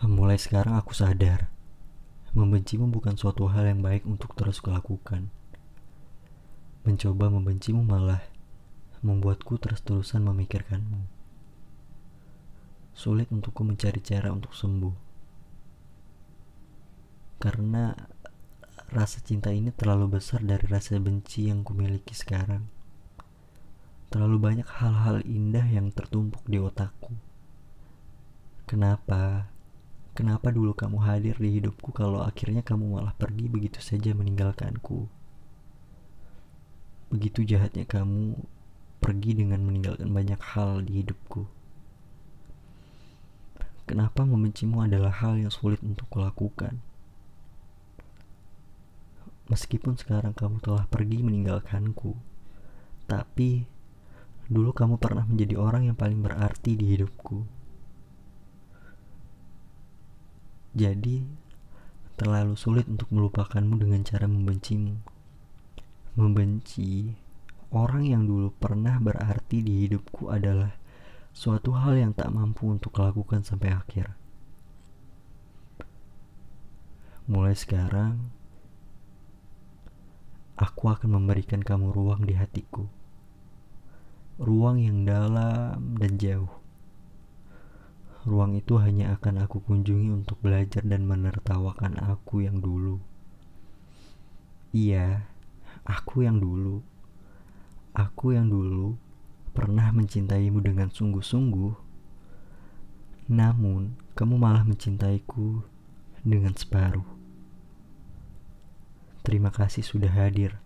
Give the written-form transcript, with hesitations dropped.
Mulai sekarang aku sadar, membencimu bukan suatu hal yang baik untuk terus kulakukan. Mencoba membencimu malah membuatku terus-terusan memikirkanmu. Sulit untukku mencari cara untuk sembuh. Karena rasa cinta ini terlalu besar dari rasa benci yang kumiliki sekarang. Terlalu banyak hal-hal indah yang tertumpuk di otakku. Kenapa? Kenapa dulu kamu hadir di hidupku kalau akhirnya kamu malah pergi begitu saja meninggalkanku? Begitu jahatnya kamu pergi dengan meninggalkan banyak hal di hidupku. Kenapa membencimu adalah hal yang sulit untuk kulakukan? Meskipun sekarang kamu telah pergi meninggalkanku, tapi dulu kamu pernah menjadi orang yang paling berarti di hidupku. Jadi, terlalu sulit untuk melupakanmu dengan cara membencimu. Membenci orang yang dulu pernah berarti di hidupku adalah suatu hal yang tak mampu untuk lakukan sampai akhir. Mulai sekarang, aku akan memberikan kamu ruang di hatiku. Ruang yang dalam dan jauh. Ruang itu hanya akan aku kunjungi untuk belajar dan menertawakan aku yang dulu. Iya, aku yang dulu. Aku yang dulu pernah mencintaimu dengan sungguh-sungguh. Namun, kamu malah mencintaiku dengan separuh. Terima kasih sudah hadir.